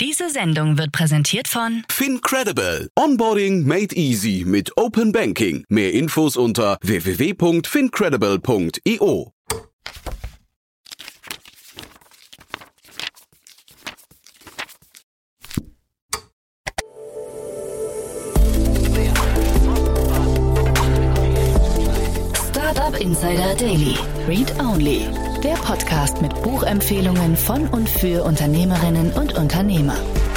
Diese Sendung wird präsentiert von FinCredible. Onboarding made easy mit Open Banking. Mehr Infos unter www.fincredible.io. Startup Insider Daily. Read Only. Der Podcast mit Buchempfehlungen von und für Unternehmerinnen und Unternehmer.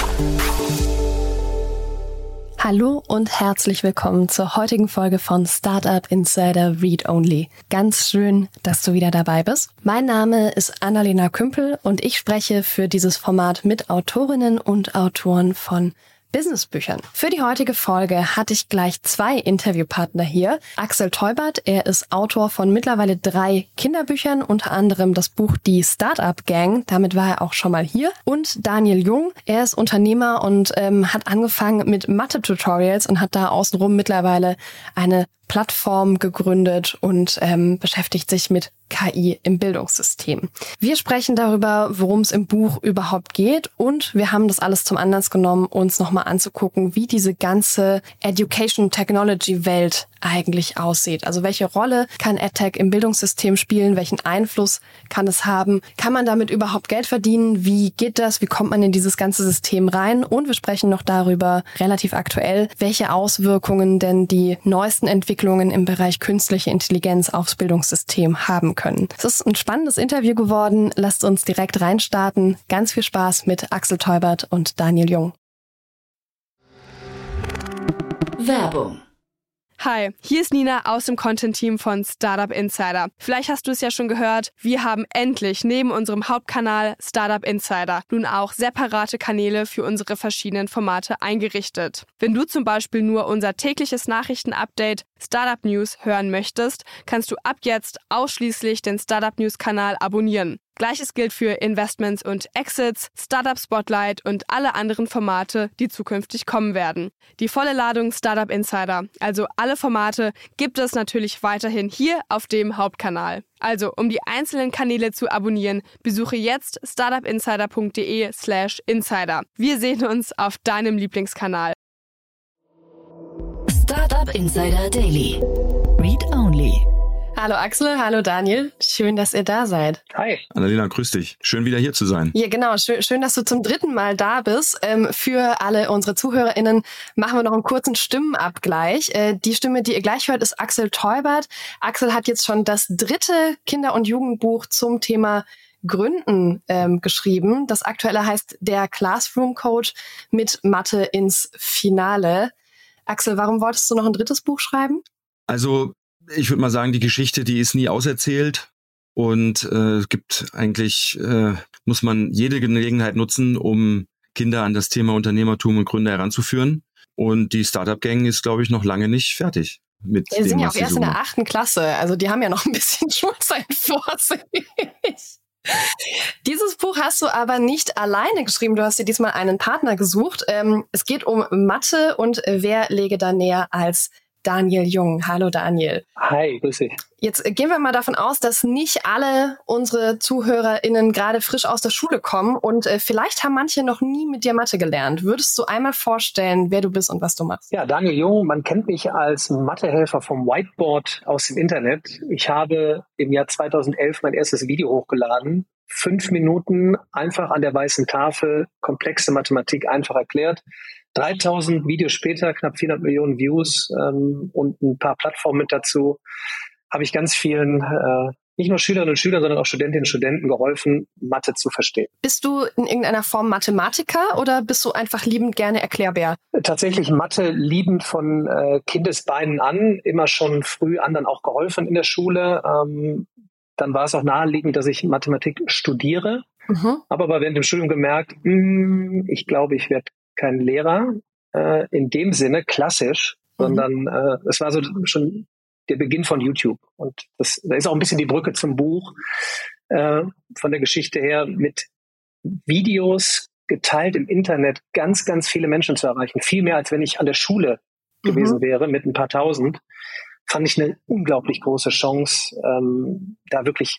Hallo und herzlich willkommen zur heutigen Folge von Startup Insider Read Only. Ganz schön, dass du wieder dabei bist. Mein Name ist Annalena Kümpel und ich spreche für dieses Format mit Autorinnen und Autoren von Businessbüchern. Für die heutige Folge hatte ich gleich 2 Interviewpartner hier. Axel Teubert, er ist Autor von mittlerweile 3 Kinderbüchern, unter anderem das Buch Die Startup Gang, damit war er auch schon mal hier. Und Daniel Jung, er ist Unternehmer und hat angefangen mit Mathe-Tutorials und hat da außenrum mittlerweile eine Plattform gegründet und beschäftigt sich mit KI im Bildungssystem. Wir sprechen darüber, worum es im Buch überhaupt geht, und wir haben das alles zum Anlass genommen, uns nochmal anzugucken, wie diese ganze Education-Technology-Welt eigentlich aussieht. Also welche Rolle kann EdTech im Bildungssystem spielen? Welchen Einfluss kann es haben? Kann man damit überhaupt Geld verdienen? Wie geht das? Wie kommt man in dieses ganze System rein? Und wir sprechen noch darüber, relativ aktuell, welche Auswirkungen denn die neuesten Entwicklungen im Bereich künstliche Intelligenz aufs Bildungssystem haben können. Es ist ein spannendes Interview geworden. Lasst uns direkt reinstarten. Ganz viel Spaß mit Axel Teubert und Daniel Jung. Werbung. Hi, hier ist Nina aus dem Content-Team von Startup Insider. Vielleicht hast du es ja schon gehört, wir haben endlich neben unserem Hauptkanal Startup Insider nun auch separate Kanäle für unsere verschiedenen Formate eingerichtet. Wenn du zum Beispiel nur unser tägliches Nachrichtenupdate Startup News hören möchtest, kannst du ab jetzt ausschließlich den Startup News-Kanal abonnieren. Gleiches gilt für Investments und Exits, Startup Spotlight und alle anderen Formate, die zukünftig kommen werden. Die volle Ladung Startup Insider, also alle Formate, gibt es natürlich weiterhin hier auf dem Hauptkanal. Also, um die einzelnen Kanäle zu abonnieren, besuche jetzt startupinsider.de/insider. Wir sehen uns auf deinem Lieblingskanal. Startup Insider Daily. Read Only. Hallo Axel, hallo Daniel. Schön, dass ihr da seid. Hi. Annalena, grüß dich. Schön, wieder hier zu sein. Ja, genau. Schön, dass du zum 3. Mal da bist. Für alle unsere ZuhörerInnen machen wir noch einen kurzen Stimmenabgleich. Die Stimme, die ihr gleich hört, ist Axel Teubert. Axel hat jetzt schon das 3. Kinder- und Jugendbuch zum Thema Gründen geschrieben. Das aktuelle heißt Der Classroom Coach mit Mathe ins Finale. Axel, warum wolltest du noch ein 3. Buch schreiben? Also, ich würde mal sagen, die Geschichte, die ist nie auserzählt, und gibt eigentlich, muss man jede Gelegenheit nutzen, um Kinder an das Thema Unternehmertum und Gründer heranzuführen. Und die Startup Gang ist, glaube ich, noch lange nicht fertig mit dem, was sie sind ja auch erst suchen. in der 8. Klasse, also die haben ja noch ein bisschen Schulzeit vor sich. Dieses Buch hast du aber nicht alleine geschrieben, du hast dir diesmal einen Partner gesucht. Es geht um Mathe, und wer läge da näher als Daniel Jung. Hallo Daniel. Hi, grüß dich. Jetzt gehen wir mal davon aus, dass nicht alle unsere ZuhörerInnen gerade frisch aus der Schule kommen, und vielleicht haben manche noch nie mit dir Mathe gelernt. Würdest du einmal vorstellen, wer du bist und was du machst? Ja, Daniel Jung, man kennt mich als Mathehelfer vom Whiteboard aus dem Internet. Ich habe im Jahr 2011 mein erstes Video hochgeladen. 5 Minuten einfach an der weißen Tafel, komplexe Mathematik einfach erklärt. 3000 Videos später, knapp 400 Millionen Views und ein paar Plattformen mit dazu, habe ich ganz vielen, nicht nur Schülerinnen und Schülern, sondern auch Studentinnen und Studenten geholfen, Mathe zu verstehen. Bist du in irgendeiner Form Mathematiker oder bist du einfach liebend gerne Erklärbär? Tatsächlich Mathe liebend von Kindesbeinen an, immer schon früh anderen auch geholfen in der Schule. Dann war es auch naheliegend, dass ich Mathematik studiere, aber während dem Studium gemerkt, ich glaube, ich werde kein Lehrer in dem Sinne klassisch, sondern es war so schon der Beginn von YouTube. Und da ist auch ein bisschen die Brücke zum Buch von der Geschichte her, mit Videos geteilt im Internet ganz, ganz viele Menschen zu erreichen. Viel mehr, als wenn ich an der Schule gewesen wäre mit ein paar tausend. Fand ich eine unglaublich große Chance, da wirklich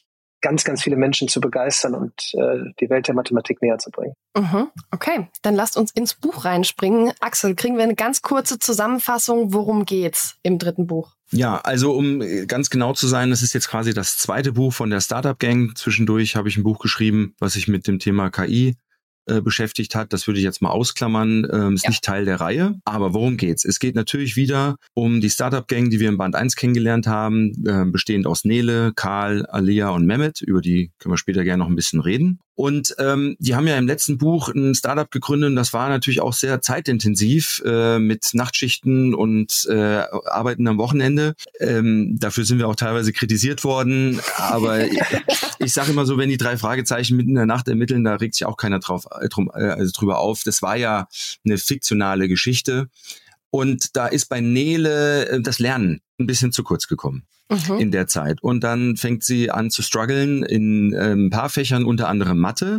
ganz, ganz viele Menschen zu begeistern und die Welt der Mathematik näher zu bringen. Okay, dann lasst uns ins Buch reinspringen. Axel, kriegen wir eine ganz kurze Zusammenfassung, worum geht's im 3. Buch? Ja, also um ganz genau zu sein, das ist jetzt quasi das 2. Buch von der Startup Gang. Zwischendurch habe ich ein Buch geschrieben, was sich mit dem Thema KI beschäftigt hat. Das würde ich jetzt mal ausklammern. Ist nicht Teil der Reihe. Aber worum geht's? Es geht natürlich wieder um die Startup Gang, die wir im Band 1 kennengelernt haben, bestehend aus Nele, Karl, Alia und Mehmet. Über die können wir später gerne noch ein bisschen reden. Und die haben ja im letzten Buch ein Startup gegründet und das war natürlich auch sehr zeitintensiv mit Nachtschichten und Arbeiten am Wochenende. Dafür sind wir auch teilweise kritisiert worden. Aber ich sage immer so, wenn die 3 Fragezeichen mitten in der Nacht ermitteln, da regt sich auch keiner drüber auf. Das war ja eine fiktionale Geschichte. Und da ist bei Nele das Lernen ein bisschen zu kurz gekommen in der Zeit. Und dann fängt sie an zu strugglen in ein paar Fächern, unter anderem Mathe.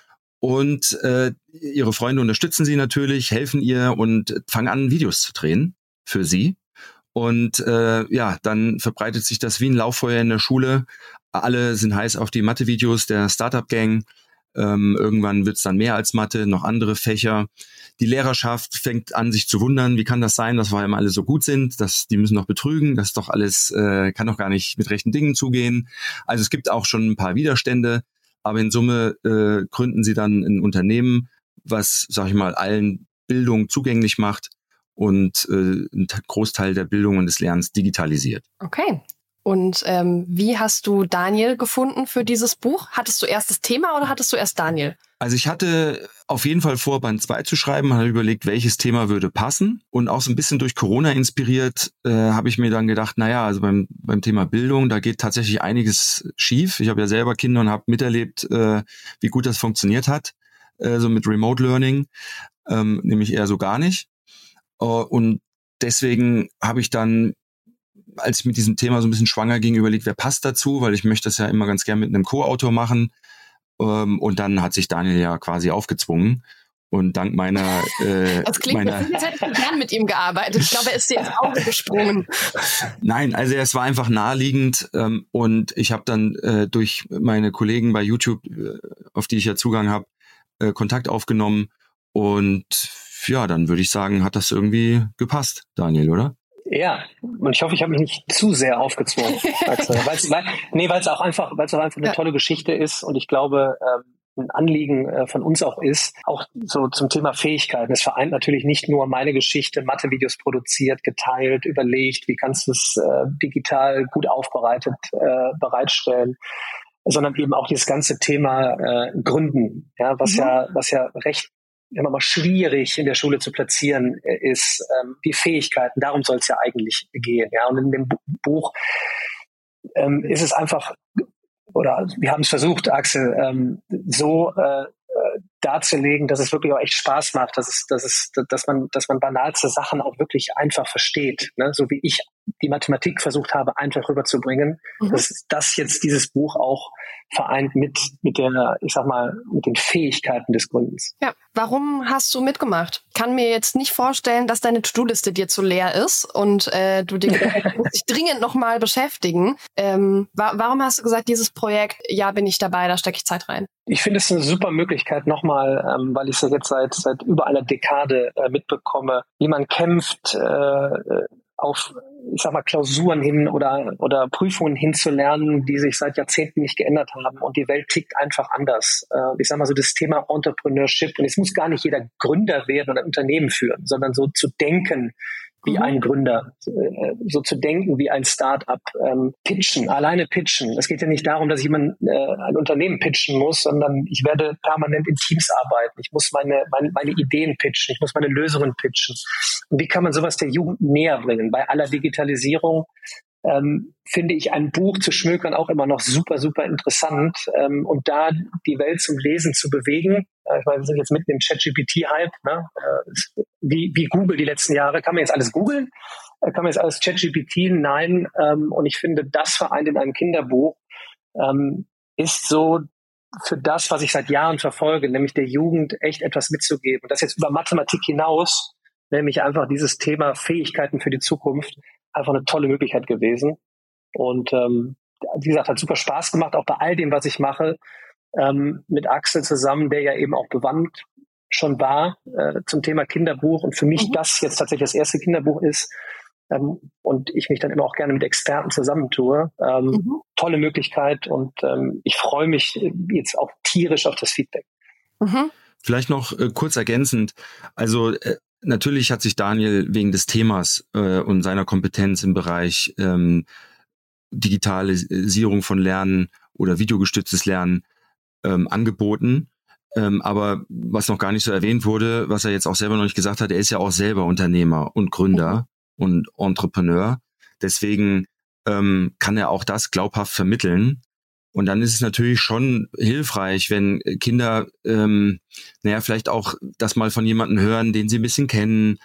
Und ihre Freunde unterstützen sie natürlich, helfen ihr und fangen an, Videos zu drehen für sie. Und dann verbreitet sich das wie ein Lauffeuer in der Schule. Alle sind heiß auf die Mathe-Videos der Startup-Gang. Irgendwann wird's dann mehr als Mathe, noch andere Fächer. Die Lehrerschaft fängt an, sich zu wundern, wie kann das sein, dass wir immer alle so gut sind, die müssen doch betrügen, das ist doch alles, kann doch gar nicht mit rechten Dingen zugehen. Also es gibt auch schon ein paar Widerstände, aber in Summe gründen sie dann ein Unternehmen, was, sag ich mal, allen Bildung zugänglich macht und einen Großteil der Bildung und des Lernens digitalisiert. Okay. Und wie hast du Daniel gefunden für dieses Buch? Hattest du erst das Thema oder hattest du erst Daniel? Also ich hatte auf jeden Fall vor, Band 2 zu schreiben, habe überlegt, welches Thema würde passen. Und auch so ein bisschen durch Corona inspiriert, habe ich mir dann gedacht, also beim Thema Bildung, da geht tatsächlich einiges schief. Ich habe ja selber Kinder und habe miterlebt, wie gut das funktioniert hat, so mit Remote Learning, nämlich eher so gar nicht. Und deswegen habe ich dann, als ich mit diesem Thema so ein bisschen schwanger ging, überlegt, wer passt dazu, weil ich möchte das ja immer ganz gern mit einem Co-Autor machen. Und dann hat sich Daniel ja quasi aufgezwungen. Und dank meiner... das klingt, als hätte ich gern mit ihm gearbeitet. Ich glaube, er ist dir ins Auge gesprungen. Nein, also es war einfach naheliegend. Und ich habe dann durch meine Kollegen bei YouTube, auf die ich ja Zugang habe, Kontakt aufgenommen. Und ja, dann würde ich sagen, hat das irgendwie gepasst, Daniel, oder? Ja, und ich hoffe, ich habe mich nicht zu sehr aufgezwungen, weil es auch einfach eine tolle Geschichte ist und ich glaube, ein Anliegen von uns auch ist, auch so zum Thema Fähigkeiten. Es vereint natürlich nicht nur meine Geschichte, Mathe-Videos produziert, geteilt, überlegt, wie kannst du es digital gut aufbereitet bereitstellen, sondern eben auch dieses ganze Thema Gründen, ja, was ja recht immer mal schwierig in der Schule zu platzieren ist, die Fähigkeiten, darum soll es ja eigentlich gehen. Ja, und in dem Buch ist es einfach, oder wir haben es versucht, Axel, so darzulegen, dass es wirklich auch echt Spaß macht, dass man banalste Sachen auch wirklich einfach versteht, ne? So wie ich die Mathematik versucht habe, einfach rüberzubringen, dass das jetzt dieses Buch auch vereint mit der, ich sag mal, mit den Fähigkeiten des Gründens. Ja, warum hast du mitgemacht? Kann mir jetzt nicht vorstellen, dass deine To-Do-Liste dir zu leer ist und du dich dringend nochmal beschäftigen. Warum hast du gesagt, dieses Projekt, ja, bin ich dabei, da stecke ich Zeit rein? Ich finde es eine super Möglichkeit nochmal, weil ich es ja jetzt seit über einer Dekade mitbekomme, wie man kämpft, auf, ich sag mal, Klausuren hin oder Prüfungen hinzulernen, die sich seit Jahrzehnten nicht geändert haben und die Welt tickt einfach anders. Ich sag mal so das Thema Entrepreneurship und es muss gar nicht jeder Gründer werden oder ein Unternehmen führen, sondern so zu denken wie ein Gründer, so zu denken wie ein Start-up, alleine pitchen. Es geht ja nicht darum, dass ich ein Unternehmen pitchen muss, sondern ich werde permanent in Teams arbeiten. Ich muss meine Ideen pitchen, ich muss meine Lösungen pitchen. Und wie kann man sowas der Jugend näher bringen? Bei aller Digitalisierung finde ich ein Buch zu schmökern auch immer noch super, super interessant. Und da die Welt zum Lesen zu bewegen, ich meine, wir sind jetzt mitten im ChatGPT-Hype, ne? Wie Google die letzten Jahre. Kann man jetzt alles googeln? Kann man jetzt alles ChatGPT? Nein. Und ich finde, das vereint in einem Kinderbuch ist so für das, was ich seit Jahren verfolge, nämlich der Jugend echt etwas mitzugeben. Und das jetzt über Mathematik hinaus, nämlich einfach dieses Thema Fähigkeiten für die Zukunft, einfach eine tolle Möglichkeit gewesen. Und wie gesagt, hat super Spaß gemacht, auch bei all dem, was ich mache, mit Axel zusammen, der ja eben auch bewandt schon war zum Thema Kinderbuch und für mich das jetzt tatsächlich das erste Kinderbuch ist und ich mich dann immer auch gerne mit Experten zusammentue. Tolle Möglichkeit und ich freue mich jetzt auch tierisch auf das Feedback. Vielleicht noch kurz ergänzend, also natürlich hat sich Daniel wegen des Themas und seiner Kompetenz im Bereich Digitalisierung von Lernen oder videogestütztes Lernen angeboten. Aber was noch gar nicht so erwähnt wurde, was er jetzt auch selber noch nicht gesagt hat, er ist ja auch selber Unternehmer und Gründer und Entrepreneur. Deswegen kann er auch das glaubhaft vermitteln. Und dann ist es natürlich schon hilfreich, wenn Kinder vielleicht auch das mal von jemandem hören, den sie ein bisschen kennen,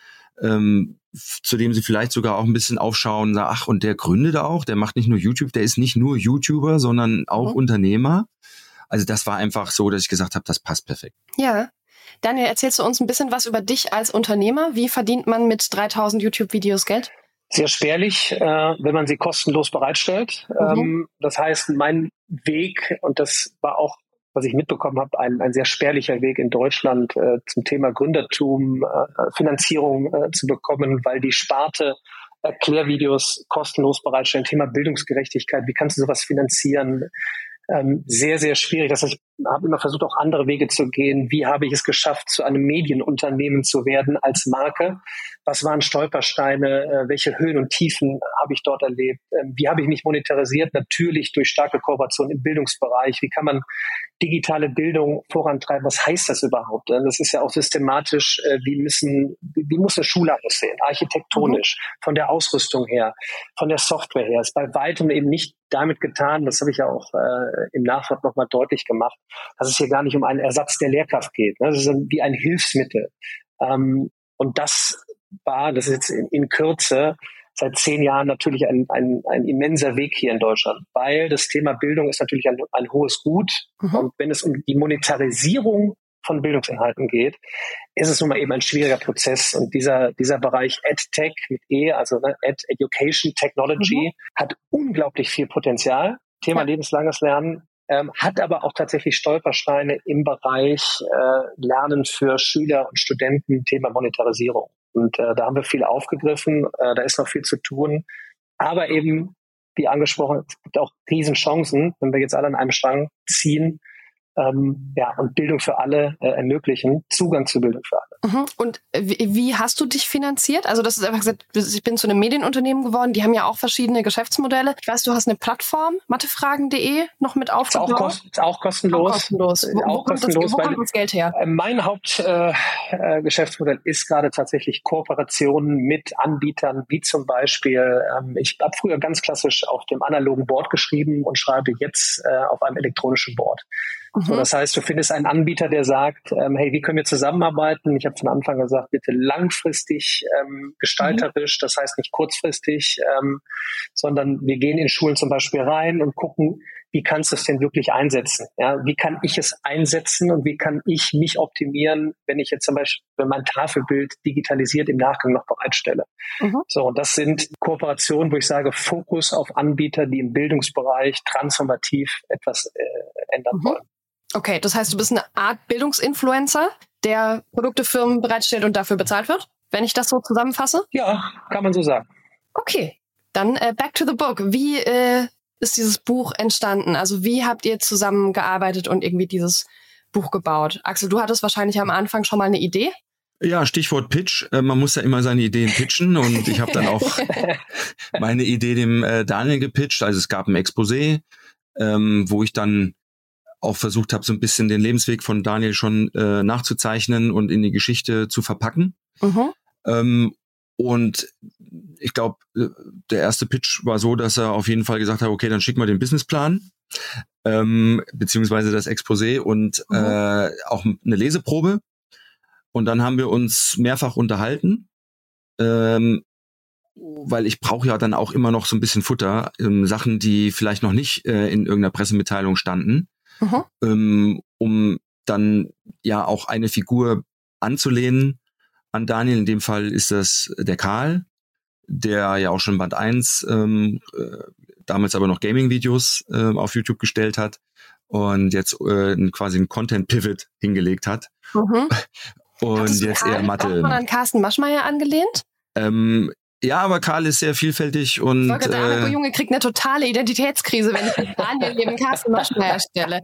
zu dem sie vielleicht sogar auch ein bisschen aufschauen und sagen, ach, und der gründet auch, der macht nicht nur YouTube, der ist nicht nur YouTuber, sondern auch Unternehmer. Also das war einfach so, dass ich gesagt habe, das passt perfekt. Ja. Daniel, erzählst du uns ein bisschen was über dich als Unternehmer? Wie verdient man mit 3000 YouTube-Videos Geld? Sehr spärlich, wenn man sie kostenlos bereitstellt. Das heißt, mein Weg, und das war auch, was ich mitbekommen habe, ein sehr spärlicher Weg in Deutschland zum Thema Gründertum, Finanzierung zu bekommen, weil die Sparte Erklärvideos kostenlos bereitstellen, Thema Bildungsgerechtigkeit, wie kannst du sowas finanzieren? Sehr, sehr schwierig. Das heißt, ich habe immer versucht, auch andere Wege zu gehen. Wie habe ich es geschafft, zu einem Medienunternehmen zu werden als Marke? Was waren Stolpersteine? Welche Höhen und Tiefen habe ich dort erlebt? Wie habe ich mich monetarisiert? Natürlich durch starke Kooperation im Bildungsbereich. Wie kann man digitale Bildung vorantreiben? Was heißt das überhaupt? Das ist ja auch systematisch. Wie muss eine Schule aussehen? Architektonisch, von der Ausrüstung her, von der Software her. Ist bei weitem eben nicht damit getan, das habe ich ja auch im Nachwort nochmal deutlich gemacht, dass es hier gar nicht um einen Ersatz der Lehrkraft geht. Das ist wie ein Hilfsmittel. Und das ist jetzt in Kürze seit 10 Jahren natürlich ein immenser Weg hier in Deutschland, weil das Thema Bildung ist natürlich ein hohes Gut. Und wenn es um die Monetarisierung von Bildungsinhalten geht, ist es nun mal eben ein schwieriger Prozess. Und dieser Bereich EdTech mit E, also Education Technology, hat unglaublich viel Potenzial. Thema lebenslanges Lernen, hat aber auch tatsächlich Stolpersteine im Bereich Lernen für Schüler und Studenten, Thema Monetarisierung. Und da haben wir viel aufgegriffen, da ist noch viel zu tun. Aber eben, wie angesprochen, es gibt auch Riesenchancen, wenn wir jetzt alle an einem Strang ziehen, und Bildung für alle ermöglichen, Zugang zu Bildung für alle. Und wie hast du dich finanziert? Also das ist einfach gesagt, ich bin zu einem Medienunternehmen geworden, die haben ja auch verschiedene Geschäftsmodelle. Ich weiß, du hast eine Plattform, mathefragen.de, noch mit aufgebaut. Ist auch kostenlos. Wo kommt das Geld her? Mein Hauptgeschäftsmodell ist gerade tatsächlich Kooperationen mit Anbietern, wie zum Beispiel, ich habe früher ganz klassisch auf dem analogen Board geschrieben und schreibe jetzt auf einem elektronischen Board. So, das heißt, du findest einen Anbieter, der sagt, hey, wie können wir zusammenarbeiten? Ich habe von Anfang gesagt, bitte langfristig, gestalterisch, das heißt nicht kurzfristig, sondern wir gehen in Schulen zum Beispiel rein und gucken, wie kannst du es denn wirklich einsetzen? Ja, wie kann ich es einsetzen und wie kann ich mich optimieren, wenn ich jetzt zum Beispiel mein Tafelbild digitalisiert im Nachgang noch bereitstelle? So, und das sind Kooperationen, wo ich sage, Fokus auf Anbieter, die im Bildungsbereich transformativ etwas ändern wollen. Okay, das heißt, du bist eine Art Bildungsinfluencer, der Produkte Firmen bereitstellt und dafür bezahlt wird, wenn ich das so zusammenfasse? Ja, kann man so sagen. Okay, dann back to the book. Wie ist dieses Buch entstanden? Also wie habt ihr zusammengearbeitet und irgendwie dieses Buch gebaut? Axel, du hattest wahrscheinlich am Anfang schon mal eine Idee? Ja, Stichwort Pitch. Man muss ja immer seine Ideen pitchen und ich habe dann auch meine Idee dem Daniel gepitcht. Also es gab ein Exposé, wo ich dann auch versucht habe, so ein bisschen den Lebensweg von Daniel schon nachzuzeichnen und in die Geschichte zu verpacken. Und ich glaube, der erste Pitch war so, dass er auf jeden Fall gesagt hat, okay, dann schick mal den Businessplan, beziehungsweise das Exposé und auch eine Leseprobe. Und dann haben wir uns mehrfach unterhalten, weil ich brauche ja dann auch immer noch so ein bisschen Futter, Sachen, die vielleicht noch nicht in irgendeiner Pressemitteilung standen, um dann ja auch eine Figur anzulehnen an Daniel. In dem Fall ist das der Karl, der ja auch schon Band 1 damals aber noch Gaming-Videos auf YouTube gestellt hat und jetzt quasi einen Content-Pivot hingelegt hat. Und jetzt eher Mathe. Hat man an Carsten Maschmeyer angelehnt? Ja, aber Karl ist sehr vielfältig und der Junge kriegt eine totale Identitätskrise, wenn ich mich Daniel neben Carsten Maschmeyer stelle.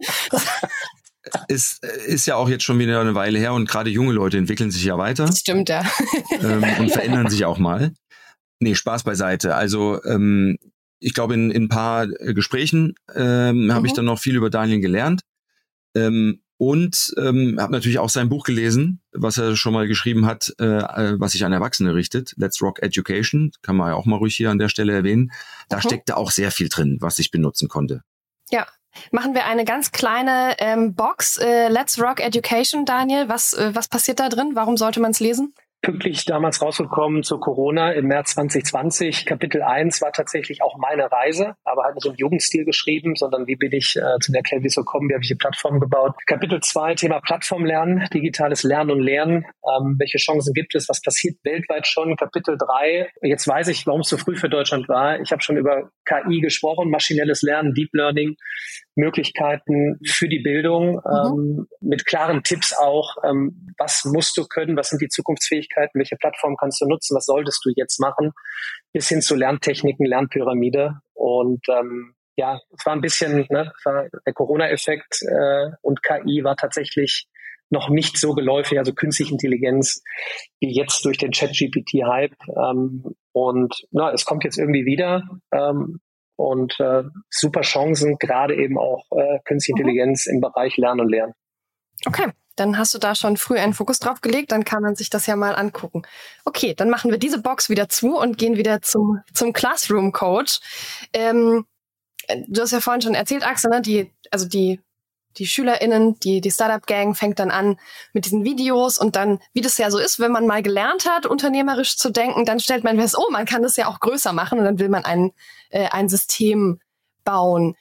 Ist ja auch jetzt schon wieder eine Weile her und gerade junge Leute entwickeln sich ja weiter. Das stimmt, ja. Und verändern sich auch mal. Nee, Spaß beiseite. Also ich glaube, in ein paar Gesprächen habe ich dann noch viel über Daniel gelernt. Und habe natürlich auch sein Buch gelesen, was er schon mal geschrieben hat, was sich an Erwachsene richtet. Let's Rock Education, kann man ja auch mal ruhig hier an der Stelle erwähnen. Da steckte auch sehr viel drin, was ich benutzen konnte. Ja, machen wir eine ganz kleine Box. Let's Rock Education, Daniel. Was passiert da drin? Warum sollte man es lesen? Pünktlich damals rausgekommen zu Corona im März 2020. Kapitel 1 war tatsächlich auch meine Reise, aber halt nicht im Jugendstil geschrieben, sondern wie bin ich zu der Erklärung, wie es so kommen, wie habe ich die Plattform gebaut. Kapitel 2, Thema Plattformlernen, digitales Lernen und Lernen. Welche Chancen gibt es? Was passiert weltweit schon? Kapitel 3, jetzt weiß ich, warum es so früh für Deutschland war. Ich habe schon über KI gesprochen, maschinelles Lernen, Deep Learning, Möglichkeiten für die Bildung, mit klaren Tipps auch, was musst du können, was sind die Zukunftsfähigkeiten, welche Plattform kannst du nutzen, was solltest du jetzt machen, bis hin zu Lerntechniken, Lernpyramide. Und es war ein bisschen, war der Corona-Effekt und KI war tatsächlich noch nicht so geläufig, also künstliche Intelligenz, wie jetzt durch den ChatGPT-Hype. Es kommt jetzt irgendwie wieder. Und super Chancen, gerade eben auch künstliche Intelligenz im Bereich Lernen und Lernen. Okay, dann hast du da schon früh einen Fokus drauf gelegt, dann kann man sich das ja mal angucken. Okay, dann machen wir diese Box wieder zu und gehen wieder zum Classroom Coach. Du hast ja vorhin schon erzählt, Axel, ne? Die SchülerInnen, die Startup-Gang fängt dann an mit diesen Videos und dann, wie das ja so ist, wenn man mal gelernt hat, unternehmerisch zu denken, dann stellt man fest, man kann das ja auch größer machen und dann will man ein System bauen.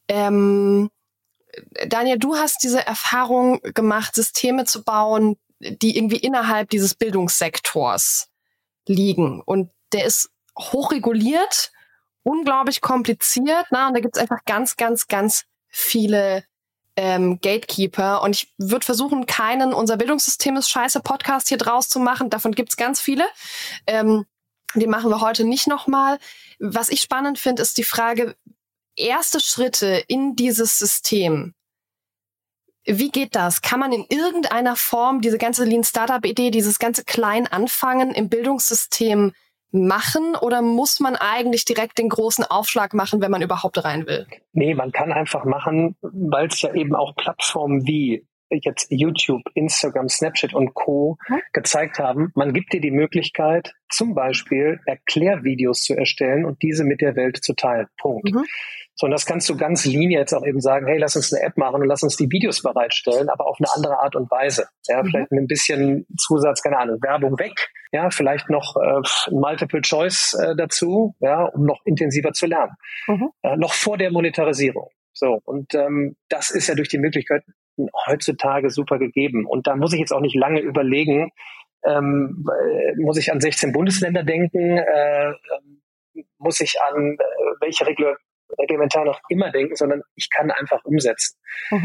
Daniel, du hast diese Erfahrung gemacht, Systeme zu bauen, die irgendwie innerhalb dieses Bildungssektors liegen. Und der ist hochreguliert, unglaublich kompliziert, und da gibt es einfach ganz, ganz, ganz viele Gatekeeper. Und ich würde versuchen, keinen unser Bildungssystem ist scheiße Podcast hier draus zu machen. Davon gibt es ganz viele. Den machen wir heute nicht nochmal. Was ich spannend finde, ist die Frage, erste Schritte in dieses System. Wie geht das? Kann man in irgendeiner Form diese ganze Lean Startup-Idee, dieses ganze klein Anfangen im Bildungssystem machen oder muss man eigentlich direkt den großen Aufschlag machen, wenn man überhaupt rein will? Nee, man kann einfach machen, weil es ja eben auch Plattformen wie jetzt YouTube, Instagram, Snapchat und Co. gezeigt haben. Man gibt dir die Möglichkeit, zum Beispiel Erklärvideos zu erstellen und diese mit der Welt zu teilen. Punkt. So, und das kannst du ganz lean jetzt auch eben sagen, hey, lass uns eine App machen und lass uns die Videos bereitstellen, aber auf eine andere Art und Weise. Ja, vielleicht mit ein bisschen Zusatz, keine Ahnung, Werbung weg. Ja, vielleicht noch Multiple Choice dazu, ja, um noch intensiver zu lernen. Noch vor der Monetarisierung. So, und das ist ja durch die Möglichkeit heutzutage super gegeben. Und da muss ich jetzt auch nicht lange überlegen, muss ich an 16 Bundesländer denken, muss ich an welche reglementar noch immer denken, sondern ich kann einfach umsetzen.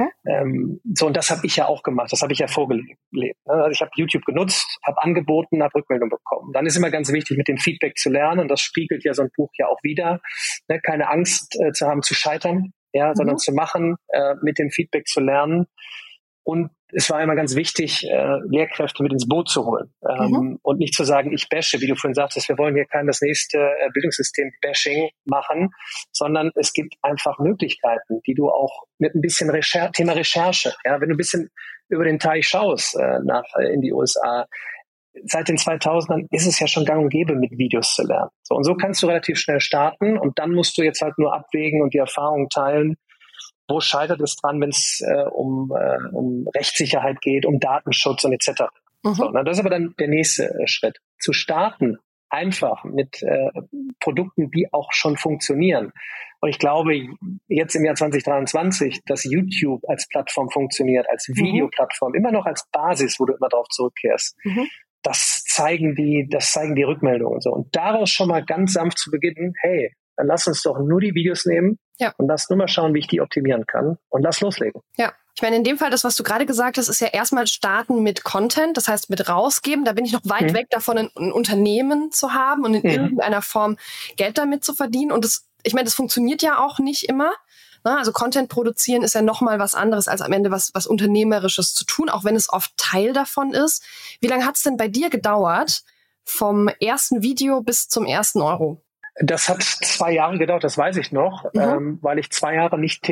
Und das habe ich ja auch gemacht, das habe ich ja vorgelebt. Also ich habe YouTube genutzt, habe angeboten, habe Rückmeldung bekommen. Dann ist immer ganz wichtig, mit dem Feedback zu lernen und das spiegelt ja so ein Buch ja auch wieder. Keine Angst zu haben, zu scheitern, sondern zu machen, mit dem Feedback zu lernen. Und es war immer ganz wichtig, Lehrkräfte mit ins Boot zu holen und nicht zu sagen, ich bashe, wie du vorhin sagtest, wir wollen hier kein das nächste Bildungssystem-Bashing machen, sondern es gibt einfach Möglichkeiten, die du auch mit ein bisschen Thema Recherche, wenn du ein bisschen über den Teich schaust in die USA, seit den 2000ern ist es ja schon gang und gäbe, mit Videos zu lernen. So, und so kannst du relativ schnell starten und dann musst du jetzt halt nur abwägen und die Erfahrungen teilen. Wo scheitert es dran, wenn es um Rechtssicherheit geht, um Datenschutz und etc. So, das ist aber dann der nächste Schritt. Zu starten, einfach mit Produkten, die auch schon funktionieren. Und ich glaube, jetzt im Jahr 2023, dass YouTube als Plattform funktioniert, als Videoplattform, immer noch als Basis, wo du immer drauf zurückkehrst. Das zeigen die Rückmeldungen und so. Und daraus schon mal ganz sanft zu beginnen, hey, dann lass uns doch nur die Videos nehmen und lass nur mal schauen, wie ich die optimieren kann und lass loslegen. Ja. Ich meine, in dem Fall, das, was du gerade gesagt hast, ist ja erstmal starten mit Content, das heißt mit rausgeben. Da bin ich noch weit weg davon, ein Unternehmen zu haben und in irgendeiner Form Geld damit zu verdienen. Und ich meine, das funktioniert ja auch nicht immer. Also Content produzieren ist ja nochmal was anderes, als am Ende was Unternehmerisches zu tun, auch wenn es oft Teil davon ist. Wie lange hat es denn bei dir gedauert, vom ersten Video bis zum ersten Euro? Das hat 2 Jahre gedauert, das weiß ich noch, weil ich 2 Jahre nicht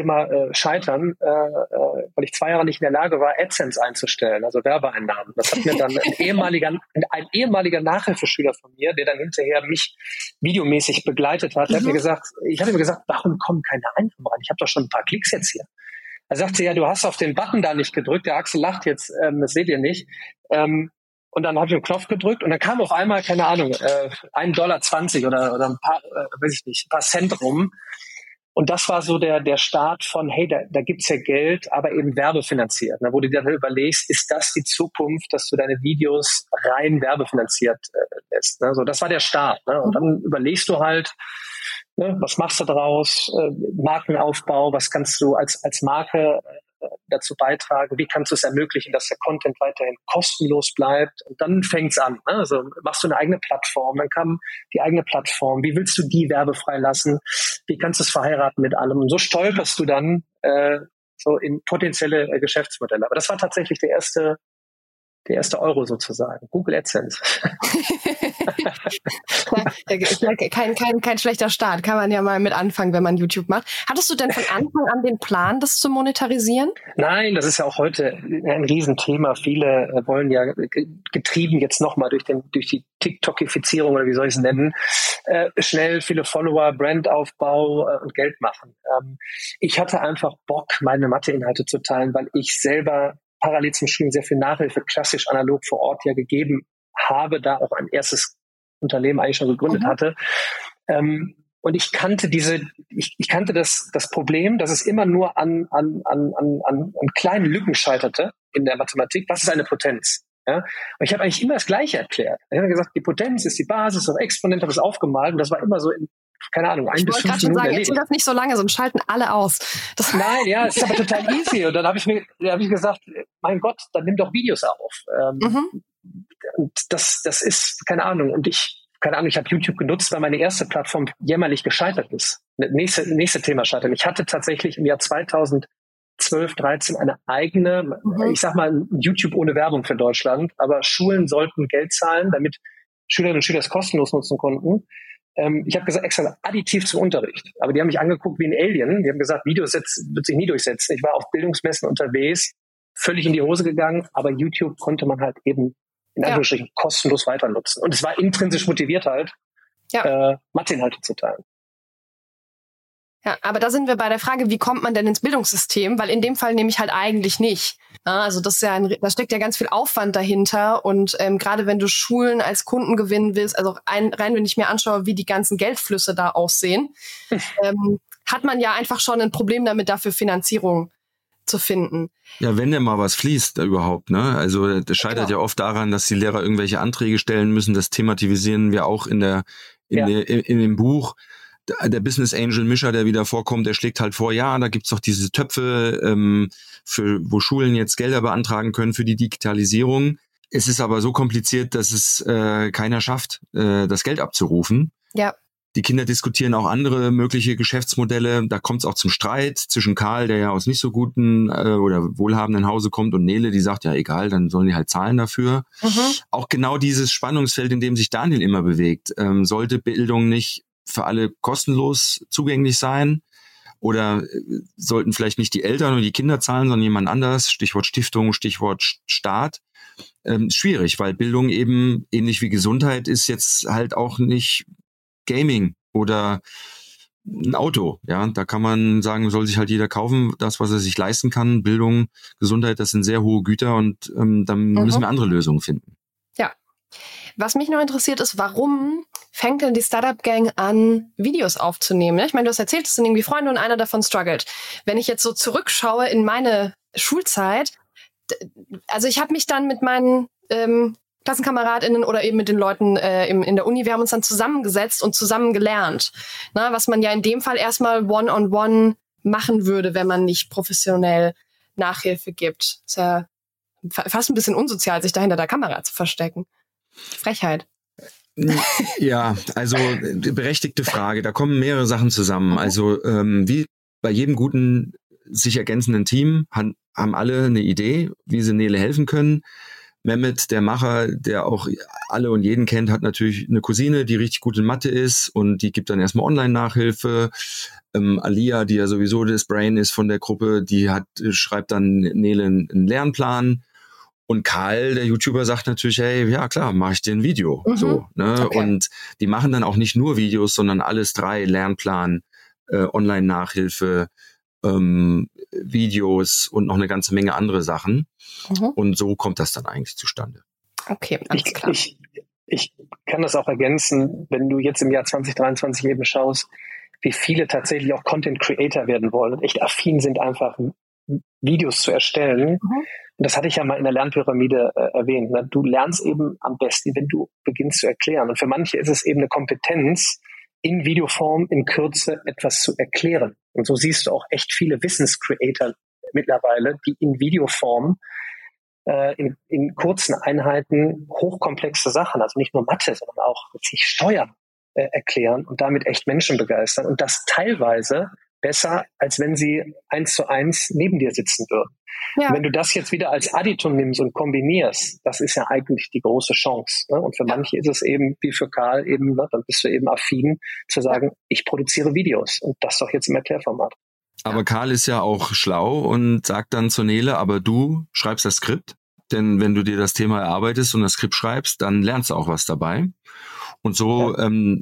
weil ich 2 Jahre nicht in der Lage war, AdSense einzustellen, also Werbeeinnahmen. Das hat mir dann ein ehemaliger Nachhilfeschüler von mir, der dann hinterher mich videomäßig begleitet hat, hat mir gesagt, ich habe ihm gesagt, warum kommen keine Einnahmen rein? Ich habe doch schon ein paar Klicks jetzt hier. Er sagte, ja, du hast auf den Button da nicht gedrückt, der Axel lacht jetzt, das seht ihr nicht. Und dann habe ich einen Knopf gedrückt und dann kam auf einmal, keine Ahnung, $1,20 oder ein paar, ein paar Cent rum. Und das war so der Start von, hey, da gibt's ja Geld, aber eben werbefinanziert. Wo du dir dann überlegst, ist das die Zukunft, dass du deine Videos rein werbefinanziert lässt? So, das war der Start. Und dann überlegst du halt, was machst du daraus? Markenaufbau, was kannst du als Marke dazu beitragen, wie kannst du es ermöglichen, dass der Content weiterhin kostenlos bleibt, und dann fängt's an. Also machst du eine eigene Plattform, dann kam die eigene Plattform, wie willst du die werbefrei lassen, wie kannst du es verheiraten mit allem, und so stolperst du dann so in potenzielle Geschäftsmodelle. Aber das war tatsächlich der erste Euro sozusagen, Google AdSense. Kein schlechter Start, kann man ja mal mit anfangen, wenn man YouTube macht. Hattest du denn von Anfang an den Plan, das zu monetarisieren? Nein, das ist ja auch heute ein Riesenthema. Viele wollen ja, getrieben jetzt nochmal durch die TikTokifizierung, oder wie soll ich es nennen, schnell viele Follower, Brandaufbau und Geld machen. Ich hatte einfach Bock, meine Matheinhalte zu teilen, weil ich selber parallel zum Studium sehr viel Nachhilfe klassisch analog vor Ort ja gegeben habe, da auch ein erstes Unternehmen eigentlich schon gegründet hatte. Und ich kannte das Problem, dass es immer nur an kleinen Lücken scheiterte in der Mathematik. Was ist eine Potenz? Ja? Und ich habe eigentlich immer das Gleiche erklärt. Ich habe gesagt, die Potenz ist die Basis, auf Exponent habe ich es aufgemalt, und das war immer so in, keine Ahnung, 1 bis 5 Minuten erledigt. Erzähl das nicht so lange, sonst schalten alle aus. Nein, ja, es ist aber total easy. Und dann habe ich gesagt, mein Gott, dann nimm doch Videos auf. Und das ist, keine Ahnung, ich habe YouTube genutzt, weil meine erste Plattform jämmerlich gescheitert ist. Nächste Thema scheitern. Ich hatte tatsächlich im Jahr 2012, 13 eine eigene, ich sag mal, YouTube ohne Werbung für Deutschland, aber Schulen sollten Geld zahlen, damit Schülerinnen und Schüler es kostenlos nutzen konnten. Ich habe gesagt, extra additiv zum Unterricht. Aber die haben mich angeguckt wie ein Alien. Die haben gesagt, Videos wird sich nie durchsetzen. Ich war auf Bildungsmessen unterwegs, völlig in die Hose gegangen, aber YouTube konnte man halt eben in Anführungsstrichen kostenlos weiter nutzen. Und es war intrinsisch motiviert halt, Matheinhalte zu teilen. Ja, aber da sind wir bei der Frage, wie kommt man denn ins Bildungssystem? Weil in dem Fall nämlich halt eigentlich nicht. Also das ist ja da steckt ja ganz viel Aufwand dahinter, und gerade wenn du Schulen als Kunden gewinnen willst, also rein wenn ich mir anschaue, wie die ganzen Geldflüsse da aussehen, hat man ja einfach schon ein Problem damit, dafür Finanzierung zu finden. Ja, wenn denn mal was fließt da überhaupt, ne? Also das scheitert ja oft daran, dass die Lehrer irgendwelche Anträge stellen müssen. Das thematisieren wir auch in dem Buch. Der Business Angel Mischer, der wieder vorkommt, der schlägt halt vor, ja, da gibt's doch diese Töpfe, wo Schulen jetzt Gelder beantragen können für die Digitalisierung. Es ist aber so kompliziert, dass es keiner schafft, das Geld abzurufen. Ja. Die Kinder diskutieren auch andere mögliche Geschäftsmodelle. Da kommt es auch zum Streit zwischen Karl, der ja aus nicht so guten oder wohlhabenden Hause kommt, und Nele, die sagt, ja egal, dann sollen die halt zahlen dafür. Auch genau dieses Spannungsfeld, in dem sich Daniel immer bewegt. Sollte Bildung nicht für alle kostenlos zugänglich sein? Oder sollten vielleicht nicht die Eltern und die Kinder zahlen, sondern jemand anders? Stichwort Stiftung, Stichwort Staat. Schwierig, weil Bildung eben, ähnlich wie Gesundheit, ist jetzt halt auch nicht Gaming oder ein Auto. Ja, da kann man sagen, soll sich halt jeder kaufen, das, was er sich leisten kann. Bildung, Gesundheit, das sind sehr hohe Güter, und dann müssen wir andere Lösungen finden. Ja. Was mich noch interessiert ist, warum fängt denn die Startup-Gang an, Videos aufzunehmen? Ich meine, du hast erzählt, es sind irgendwie Freunde und einer davon struggelt. Wenn ich jetzt so zurückschaue in meine Schulzeit, also ich habe mich dann mit meinen KlassenkameradInnen oder eben mit den Leuten in der Uni. Wir haben uns dann zusammengesetzt und zusammen gelernt. Na, was man ja in dem Fall erstmal one-on-one machen würde, wenn man nicht professionell Nachhilfe gibt. Ist ja fast ein bisschen unsozial, sich da hinter der Kamera zu verstecken. Frechheit. Ja, also berechtigte Frage. Da kommen mehrere Sachen zusammen. Also wie bei jedem guten, sich ergänzenden Team haben alle eine Idee, wie sie Nele helfen können. Mehmet, der Macher, der auch alle und jeden kennt, hat natürlich eine Cousine, die richtig gut in Mathe ist und die gibt dann erstmal Online-Nachhilfe. Alia, die ja sowieso das Brain ist von der Gruppe, die schreibt dann Nele einen Lernplan. Und Karl, der YouTuber, sagt natürlich, hey, ja klar, mache ich dir ein Video. So, ne? Okay. Und die machen dann auch nicht nur Videos, sondern alles 3, Lernplan, Online-Nachhilfe, Videos und noch eine ganze Menge andere Sachen. Und so kommt das dann eigentlich zustande. Okay, alles klar. Ich kann das auch ergänzen, wenn du jetzt im Jahr 2023 eben schaust, wie viele tatsächlich auch Content Creator werden wollen und echt affin sind, einfach Videos zu erstellen. Und das hatte ich ja mal in der Lernpyramide erwähnt. Ne? Du lernst eben am besten, wenn du beginnst zu erklären. Und für manche ist es eben eine Kompetenz, in Videoform in Kürze etwas zu erklären. Und so siehst du auch echt viele Wissenscreator mittlerweile, die in Videoform in kurzen Einheiten hochkomplexe Sachen, also nicht nur Mathe, sondern auch sich Steuern erklären und damit echt Menschen begeistern. Und das teilweise besser, als wenn sie 1:1 neben dir sitzen würden. Ja. Wenn du das jetzt wieder als Additum nimmst und kombinierst, das ist ja eigentlich die große Chance. Ne? Und für manche ist es eben, wie für Karl eben, ne, dann bist du eben affin zu sagen, ich produziere Videos und das doch jetzt im Erklärformat. Aber Karl ist ja auch schlau und sagt dann zur Nele, aber du schreibst das Skript, denn wenn du dir das Thema erarbeitest und das Skript schreibst, dann lernst du auch was dabei. Und so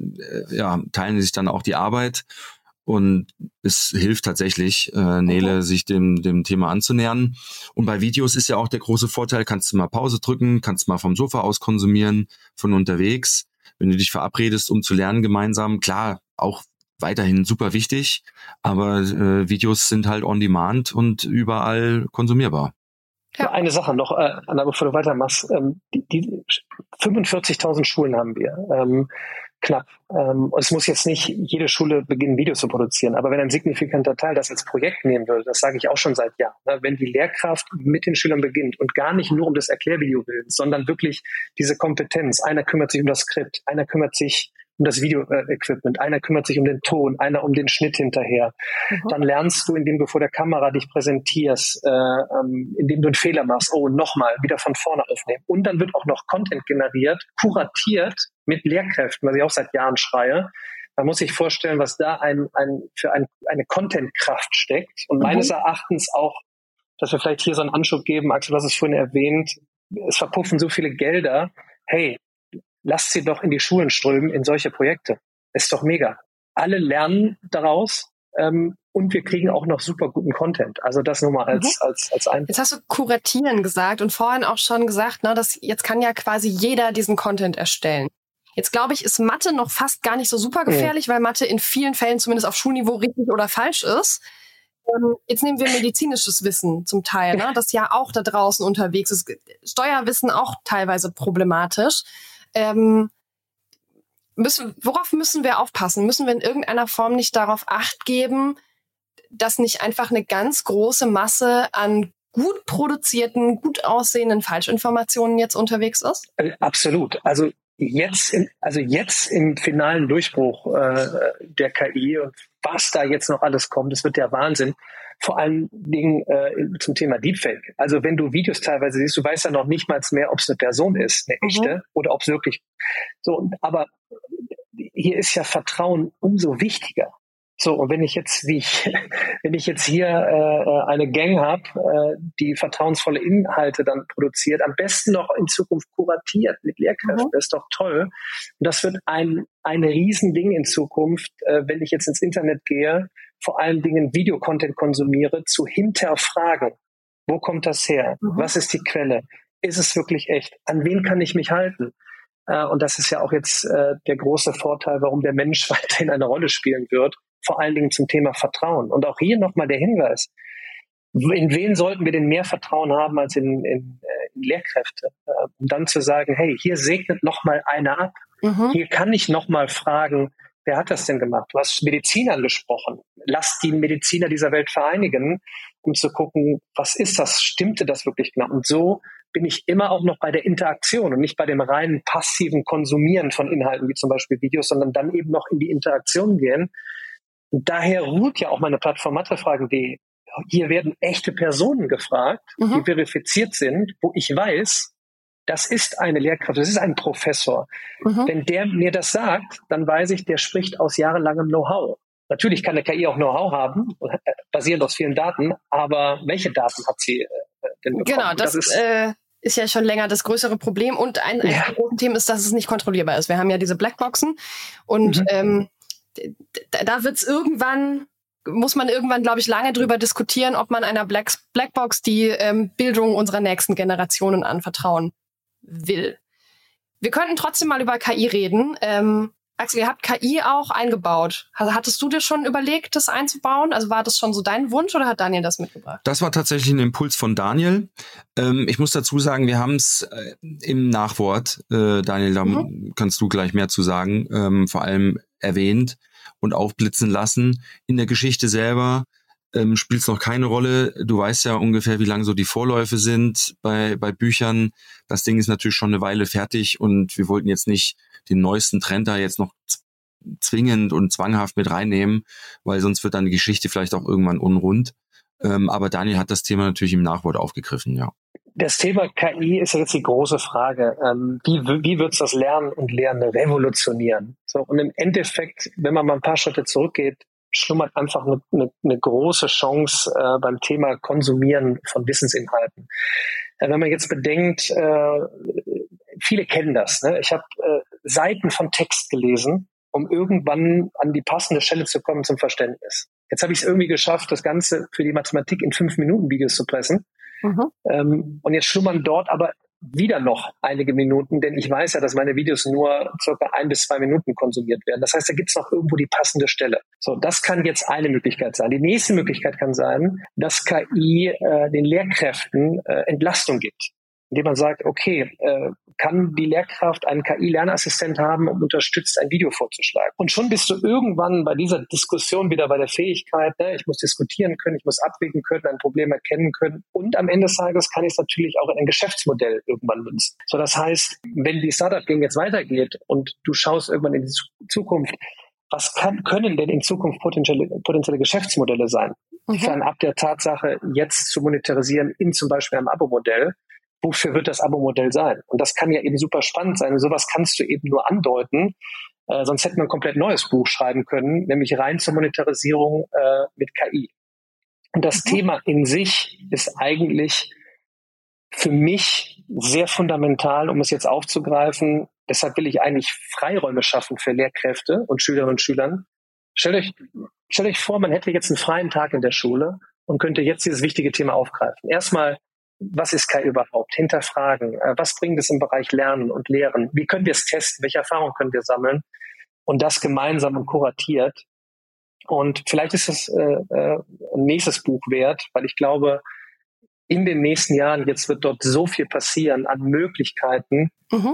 teilen sich dann auch die Arbeit. Und es hilft tatsächlich, Nele, sich dem Thema anzunähern. Und bei Videos ist ja auch der große Vorteil, kannst du mal Pause drücken, kannst mal vom Sofa aus konsumieren, von unterwegs. Wenn du dich verabredest, um zu lernen gemeinsam, klar, auch weiterhin super wichtig, aber Videos sind halt on demand und überall konsumierbar. Ja. Eine Sache noch, Anna, bevor du weitermachst. Die 45.000 Schulen haben wir. Knapp. Es muss jetzt nicht jede Schule beginnen, Videos zu produzieren, aber wenn ein signifikanter Teil das als Projekt nehmen würde, das sage ich auch schon seit Jahren, wenn die Lehrkraft mit den Schülern beginnt und gar nicht nur um das Erklärvideo willens, sondern wirklich diese Kompetenz, einer kümmert sich um das Skript, einer kümmert sich um das Video-Equipment, einer kümmert sich um den Ton, einer um den Schnitt hinterher. Dann lernst du, indem du vor der Kamera dich präsentierst, indem du einen Fehler machst, nochmal, wieder von vorne aufnehmen. Und dann wird auch noch Content generiert, kuratiert mit Lehrkräften, was ich auch seit Jahren schreie. Man muss sich vorstellen, was da für eine Content-Kraft steckt. Und meines Erachtens auch, dass wir vielleicht hier so einen Anschub geben, Axel, du hast es vorhin erwähnt, es verpuffen so viele Gelder. Hey, lasst sie doch in die Schulen strömen, in solche Projekte. Ist doch mega. Alle lernen daraus und wir kriegen auch noch super guten Content. Also das nur mal als ein. Jetzt hast du kuratieren gesagt und vorhin auch schon gesagt, ne, dass jetzt kann ja quasi jeder diesen Content erstellen. Jetzt glaube ich, ist Mathe noch fast gar nicht so super gefährlich, weil Mathe in vielen Fällen zumindest auf Schulniveau richtig oder falsch ist. Jetzt nehmen wir medizinisches Wissen zum Teil, ne, das ja auch da draußen unterwegs ist. Steuerwissen auch teilweise problematisch. Worauf müssen wir aufpassen? Müssen wir in irgendeiner Form nicht darauf Acht geben, dass nicht einfach eine ganz große Masse an gut produzierten, gut aussehenden Falschinformationen jetzt unterwegs ist? Absolut. Also jetzt im finalen Durchbruch der KI und was da jetzt noch alles kommt, das wird der Wahnsinn. Vor allen Dingen zum Thema Deepfake. Also wenn du Videos teilweise siehst, du weißt ja noch nicht mal mehr, ob es eine Person ist, eine echte, oder ob es wirklich so. Aber hier ist ja Vertrauen umso wichtiger. So, und wenn ich jetzt hier eine Gang habe, die vertrauensvolle Inhalte dann produziert, am besten noch in Zukunft kuratiert mit Lehrkräften, das ist doch toll. Und das wird ein Riesending in Zukunft, wenn ich jetzt ins Internet gehe, vor allen Dingen Videocontent konsumiere, zu hinterfragen. Wo kommt das her? Was ist die Quelle? Ist es wirklich echt? An wen kann ich mich halten? Und das ist ja auch jetzt der große Vorteil, warum der Mensch weiterhin eine Rolle spielen wird, vor allen Dingen zum Thema Vertrauen. Und auch hier nochmal der Hinweis, in wen sollten wir denn mehr Vertrauen haben als in Lehrkräfte? Um dann zu sagen, hey, hier segnet noch mal einer ab. Hier kann ich noch mal fragen, wer hat das denn gemacht? Du hast Medizin angesprochen. Lass die Mediziner dieser Welt vereinigen, um zu gucken, was ist das? Stimmte das wirklich genau? Und so bin ich immer auch noch bei der Interaktion und nicht bei dem reinen passiven Konsumieren von Inhalten, wie zum Beispiel Videos, sondern dann eben noch in die Interaktion gehen. Und daher ruht ja auch meine Plattform Mathefragen.de. Hier werden echte Personen gefragt, die verifiziert sind, wo ich weiß, das ist eine Lehrkraft, das ist ein Professor. Wenn der mir das sagt, dann weiß ich, der spricht aus jahrelangem Know-how. Natürlich kann eine KI auch Know-how haben, basierend aus vielen Daten, aber welche Daten hat sie denn bekommen? Genau, das ist ja schon länger das größere Problem. Und ein großes Thema ist, dass es nicht kontrollierbar ist. Wir haben ja diese Blackboxen und da muss man irgendwann, glaube ich, lange drüber diskutieren, ob man einer Blackbox die Bildung unserer nächsten Generationen anvertrauen will. Wir könnten trotzdem mal über KI reden. Axel, ihr habt KI auch eingebaut. Hattest du dir schon überlegt, das einzubauen? Also war das schon so dein Wunsch oder hat Daniel das mitgebracht? Das war tatsächlich ein Impuls von Daniel. Ich muss dazu sagen, wir haben es im Nachwort, Daniel, da kannst du gleich mehr zu sagen, vor allem erwähnt und aufblitzen lassen. In der Geschichte selber spielt es noch keine Rolle. Du weißt ja ungefähr, wie lang so die Vorläufe sind bei Büchern. Das Ding ist natürlich schon eine Weile fertig und wir wollten jetzt nicht den neuesten Trend da jetzt noch zwingend und zwanghaft mit reinnehmen, weil sonst wird dann die Geschichte vielleicht auch irgendwann unrund. Aber Daniel hat das Thema natürlich im Nachwort aufgegriffen, ja. Das Thema KI ist jetzt die große Frage. Wie wird es das Lernen und Lehren revolutionieren? So, und im Endeffekt, wenn man mal ein paar Schritte zurückgeht, schlummert einfach eine große Chance beim Thema Konsumieren von Wissensinhalten. Wenn man jetzt bedenkt, viele kennen das. Ne? Ich habe Seiten von Text gelesen, um irgendwann an die passende Stelle zu kommen zum Verständnis. Jetzt habe ich es irgendwie geschafft, das Ganze für die Mathematik in 5-Minuten-Videos zu pressen. Und jetzt schlummern dort aber wieder noch einige Minuten, denn ich weiß ja, dass meine Videos nur circa 1 bis 2 Minuten konsumiert werden. Das heißt, da gibt es noch irgendwo die passende Stelle. So, das kann jetzt eine Möglichkeit sein. Die nächste Möglichkeit kann sein, dass KI den Lehrkräften Entlastung gibt, indem man sagt, okay, kann die Lehrkraft einen KI-Lernassistent haben, um unterstützt ein Video vorzuschlagen. Und schon bist du irgendwann bei dieser Diskussion wieder bei der Fähigkeit, ich muss diskutieren können, ich muss abwägen können, ein Problem erkennen können. Und am Ende des Tages kann ich es natürlich auch in ein Geschäftsmodell irgendwann münzen. So, das heißt, wenn die Startup-Gang jetzt weitergeht und du schaust irgendwann in die Zukunft, was können denn in Zukunft potenzielle Geschäftsmodelle sein? Fernab der Tatsache, jetzt zu monetarisieren in zum Beispiel einem Abo-Modell. Wofür wird das Abo-Modell sein? Und das kann ja eben super spannend sein. Und sowas kannst du eben nur andeuten. Sonst hätten wir ein komplett neues Buch schreiben können, nämlich rein zur Monetarisierung mit KI. Und das Thema in sich ist eigentlich für mich sehr fundamental, um es jetzt aufzugreifen. Deshalb will ich eigentlich Freiräume schaffen für Lehrkräfte und Schülerinnen und Schülern. Stellt euch vor, man hätte jetzt einen freien Tag in der Schule und könnte jetzt dieses wichtige Thema aufgreifen. Erstmal, was ist KI überhaupt? Hinterfragen. Was bringt es im Bereich Lernen und Lehren? Wie können wir es testen? Welche Erfahrungen können wir sammeln? Und das gemeinsam und kuratiert. Und vielleicht ist es ein nächstes Buch wert, weil ich glaube, in den nächsten Jahren jetzt wird dort so viel passieren an Möglichkeiten.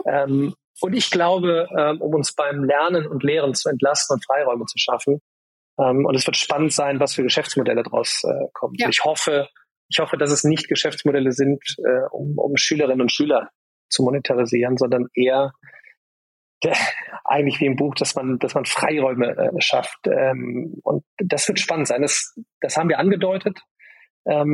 Und ich glaube, um uns beim Lernen und Lehren zu entlasten und Freiräume zu schaffen. Und es wird spannend sein, was für Geschäftsmodelle draus kommen. Ja. Ich hoffe, dass es nicht Geschäftsmodelle sind, um Schülerinnen und Schüler zu monetarisieren, sondern eher eigentlich wie im Buch, dass man Freiräume schafft. Und das wird spannend sein. Das haben wir angedeutet. Aber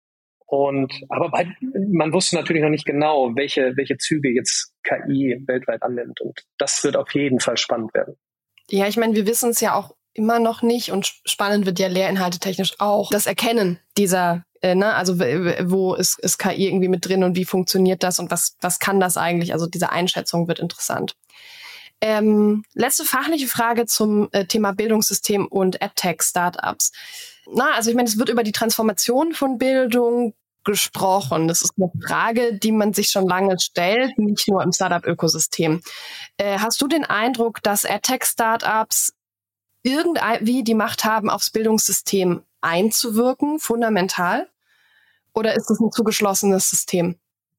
man wusste natürlich noch nicht genau, welche Züge jetzt KI weltweit annimmt. Und das wird auf jeden Fall spannend werden. Ja, ich meine, wir wissen es ja auch immer noch nicht und spannend wird ja Lehrinhalte technisch auch. Das Erkennen dieser, also wo ist KI irgendwie mit drin und wie funktioniert das und was kann das eigentlich? Also diese Einschätzung wird interessant. Letzte fachliche Frage zum Thema Bildungssystem und EdTech-Startups. Also ich meine, es wird über die Transformation von Bildung gesprochen. Das ist eine Frage, die man sich schon lange stellt, nicht nur im Startup-Ökosystem. Hast du den Eindruck, dass EdTech-Startups irgendwie die Macht haben, aufs Bildungssystem einzuwirken, fundamental? Oder ist es ein zugeschlossenes System?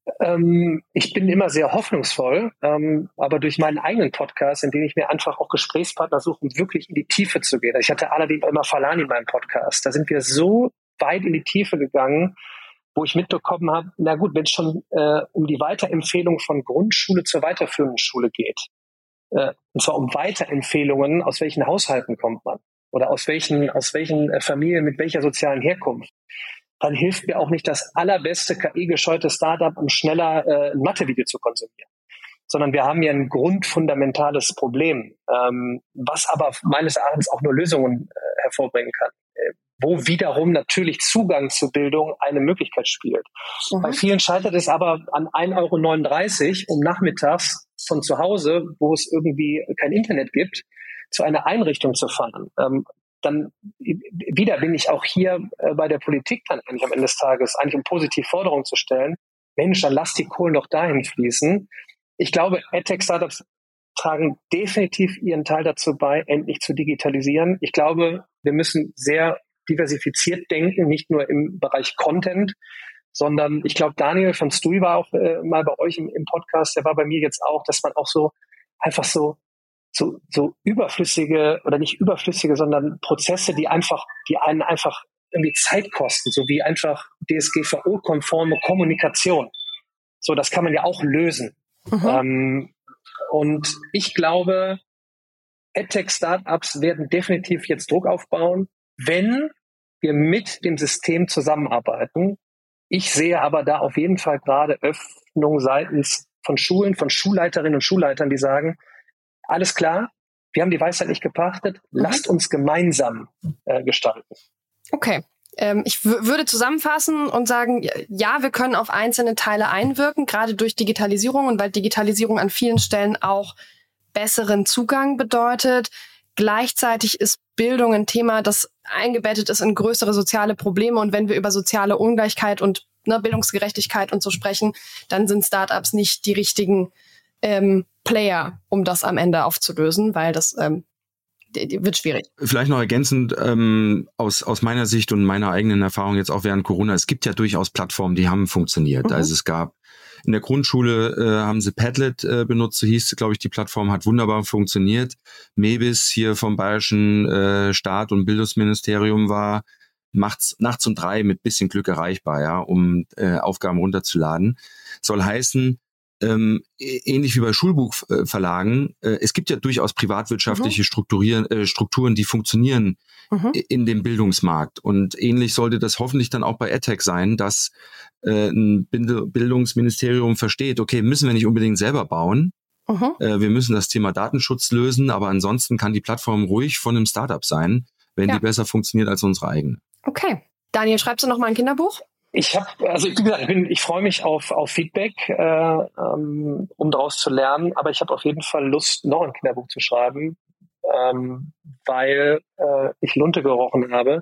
Ich bin immer sehr hoffnungsvoll, aber durch meinen eigenen Podcast, in dem ich mir einfach auch Gesprächspartner suche, um wirklich in die Tiefe zu gehen. Also ich hatte Aladdin Falani in meinem Podcast. Da sind wir so weit in die Tiefe gegangen, wo ich mitbekommen habe, na gut, wenn es schon um die Weiterempfehlung von Grundschule zur weiterführenden Schule geht, und zwar um Weiterempfehlungen, aus welchen Haushalten kommt man oder aus welchen Familien mit welcher sozialen Herkunft, dann hilft mir auch nicht das allerbeste KI-gescheute Startup, um schneller ein Mathe-Video zu konsumieren. Sondern wir haben hier ein grundfundamentales Problem, was aber meines Erachtens auch nur Lösungen hervorbringen kann. Wo wiederum natürlich Zugang zu Bildung eine Möglichkeit spielt. Mhm. Bei vielen scheitert es aber an 1,39 € um nachmittags von zu Hause, wo es irgendwie kein Internet gibt, zu einer Einrichtung zu fahren. Dann wieder bin ich auch hier bei der Politik dann eigentlich am Ende des Tages, eigentlich um positive Forderungen zu stellen. Mensch, dann lass die Kohlen doch dahin fließen. Ich glaube, EdTech-Startups tragen definitiv ihren Teil dazu bei, endlich zu digitalisieren. Ich glaube, wir müssen sehr diversifiziert denken, nicht nur im Bereich Content, sondern ich glaube, Daniel von Stui war auch mal bei euch im Podcast, der war bei mir jetzt auch, dass man auch so einfach so überflüssige oder nicht überflüssige, sondern Prozesse, die einen einfach irgendwie Zeit kosten, so wie einfach DSGVO-konforme Kommunikation. So, das kann man ja auch lösen. Mhm. Und ich glaube, EdTech-Startups werden definitiv jetzt Druck aufbauen, wenn wir mit dem System zusammenarbeiten. Ich sehe aber da auf jeden Fall gerade Öffnung seitens von Schulen, von Schulleiterinnen und Schulleitern, die sagen, alles klar, wir haben die Weisheit nicht gepachtet, lasst uns gemeinsam gestalten. Okay. Ich würde zusammenfassen und sagen, ja, wir können auf einzelne Teile einwirken, gerade durch Digitalisierung und weil Digitalisierung an vielen Stellen auch besseren Zugang bedeutet. Gleichzeitig ist Bildung ein Thema, das eingebettet ist in größere soziale Probleme. Und wenn wir über soziale Ungleichheit und Bildungsgerechtigkeit und so sprechen, dann sind Startups nicht die richtigen Player, um das am Ende aufzulösen, weil das wird schwierig. Vielleicht noch ergänzend aus meiner Sicht und meiner eigenen Erfahrung jetzt auch während Corona, es gibt ja durchaus Plattformen, die haben funktioniert. Mhm. Also es gab in der Grundschule haben sie Padlet benutzt, so hieß, glaube ich, die Plattform hat wunderbar funktioniert. Mebis hier vom Bayerischen Staat und Bildungsministerium war nachts um 3 mit bisschen Glück erreichbar, ja, um Aufgaben runterzuladen. Soll heißen, ähnlich wie bei Schulbuchverlagen, es gibt ja durchaus privatwirtschaftliche Strukturen, die funktionieren in dem Bildungsmarkt. Und ähnlich sollte das hoffentlich dann auch bei EdTech sein, dass ein Bildungsministerium versteht, okay, müssen wir nicht unbedingt selber bauen. Wir müssen das Thema Datenschutz lösen, aber ansonsten kann die Plattform ruhig von einem Startup sein, wenn die besser funktioniert als unsere eigene. Okay. Daniel, schreibst du noch mal ein Kinderbuch? Ich freue mich auf Feedback, um daraus zu lernen, aber ich habe auf jeden Fall Lust, noch ein Kinderbuch zu schreiben, weil ich Lunte gerochen habe,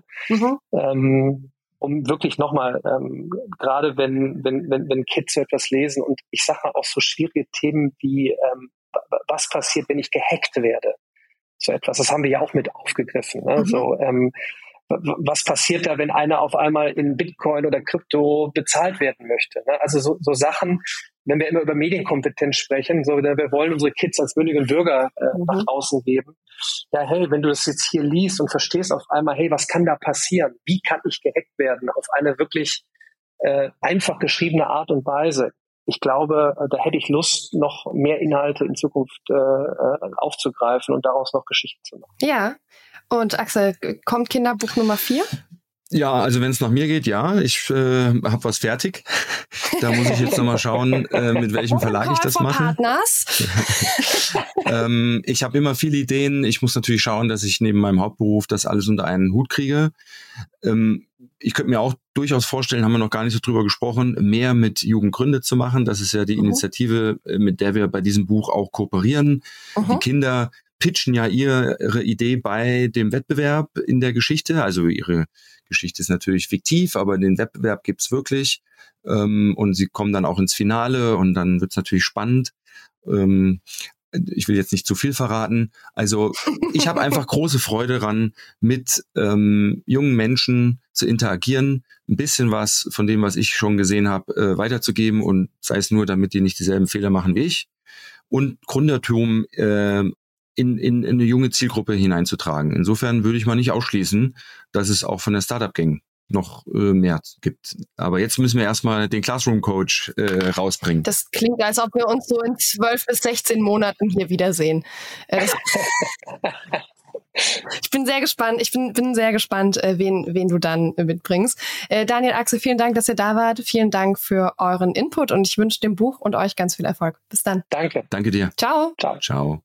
um wirklich nochmal, gerade wenn Kids so etwas lesen und ich sage mal auch so schwierige Themen wie, was passiert, wenn ich gehackt werde? So etwas, das haben wir ja auch mit aufgegriffen. Ne? So, was passiert da, wenn einer auf einmal in Bitcoin oder Krypto bezahlt werden möchte? Ne? Also so Sachen, wenn wir immer über Medienkompetenz sprechen, so wir wollen unsere Kids als mündige Bürger nach außen geben. Ja, hey, wenn du das jetzt hier liest und verstehst auf einmal, hey, was kann da passieren? Wie kann ich gehackt werden? Auf eine wirklich einfach geschriebene Art und Weise. Ich glaube, da hätte ich Lust, noch mehr Inhalte in Zukunft aufzugreifen und daraus noch Geschichten zu machen. Ja. Und Axel, kommt Kinderbuch Nummer 4? Ja, also wenn es nach mir geht, ja. Ich habe was fertig. Da muss ich jetzt nochmal schauen, mit welchem Verlag ich das mache. Ich habe immer viele Ideen. Ich muss natürlich schauen, dass ich neben meinem Hauptberuf das alles unter einen Hut kriege. Ich könnte mir auch durchaus vorstellen, haben wir noch gar nicht so drüber gesprochen, mehr mit Jugendgründe zu machen. Das ist ja die Initiative, mit der wir bei diesem Buch auch kooperieren. Die Kinder pitchen ja ihre Idee bei dem Wettbewerb in der Geschichte. Also ihre Geschichte ist natürlich fiktiv, aber den Wettbewerb gibt's wirklich. Und sie kommen dann auch ins Finale und dann wird's natürlich spannend. ich will jetzt nicht zu viel verraten. Also ich habe einfach große Freude daran, mit jungen Menschen zu interagieren, ein bisschen was von dem, was ich schon gesehen habe, weiterzugeben und sei es nur, damit die nicht dieselben Fehler machen wie ich. Und Gründertum in eine junge Zielgruppe hineinzutragen. Insofern würde ich mal nicht ausschließen, dass es auch von der Startup-Gang noch mehr gibt. Aber jetzt müssen wir erstmal den Classroom-Coach rausbringen. Das klingt, als ob wir uns so in 12 bis 16 Monaten hier wiedersehen. Ich bin sehr gespannt. Bin sehr gespannt, wen du dann mitbringst. Daniel, Axel, vielen Dank, dass ihr da wart. Vielen Dank für euren Input und ich wünsche dem Buch und euch ganz viel Erfolg. Bis dann. Danke. Danke dir. Ciao. Ciao. Ciao.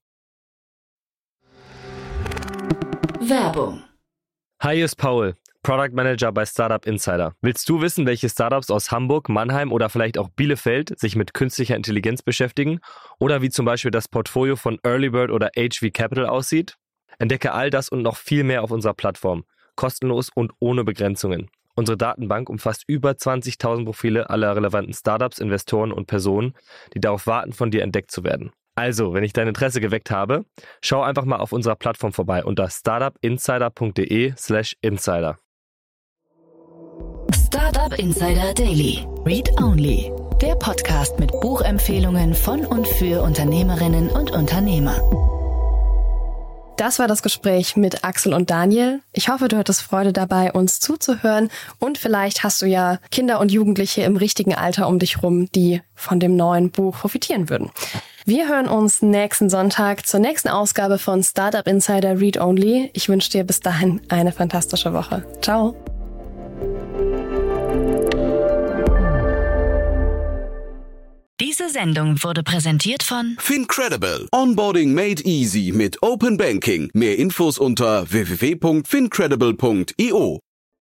Werbung. Hi, hier ist Paul, Product Manager bei Startup Insider. Willst du wissen, welche Startups aus Hamburg, Mannheim oder vielleicht auch Bielefeld sich mit künstlicher Intelligenz beschäftigen? Oder wie zum Beispiel das Portfolio von Earlybird oder HV Capital aussieht? Entdecke all das und noch viel mehr auf unserer Plattform. Kostenlos und ohne Begrenzungen. Unsere Datenbank umfasst über 20.000 Profile aller relevanten Startups, Investoren und Personen, die darauf warten, von dir entdeckt zu werden. Also, wenn ich dein Interesse geweckt habe, schau einfach mal auf unserer Plattform vorbei unter startupinsider.de/insider. Startup Insider Daily. Read Only. Der Podcast mit Buchempfehlungen von und für Unternehmerinnen und Unternehmer. Das war das Gespräch mit Axel und Daniel. Ich hoffe, du hattest Freude dabei, uns zuzuhören und vielleicht hast du ja Kinder und Jugendliche im richtigen Alter um dich rum, die von dem neuen Buch profitieren würden. Wir hören uns nächsten Sonntag zur nächsten Ausgabe von Startup Insider Read Only. Ich wünsche dir bis dahin eine fantastische Woche. Ciao. Diese Sendung wurde präsentiert von FinCredible. Onboarding made easy mit Open Banking. Mehr Infos unter www.fincredible.io.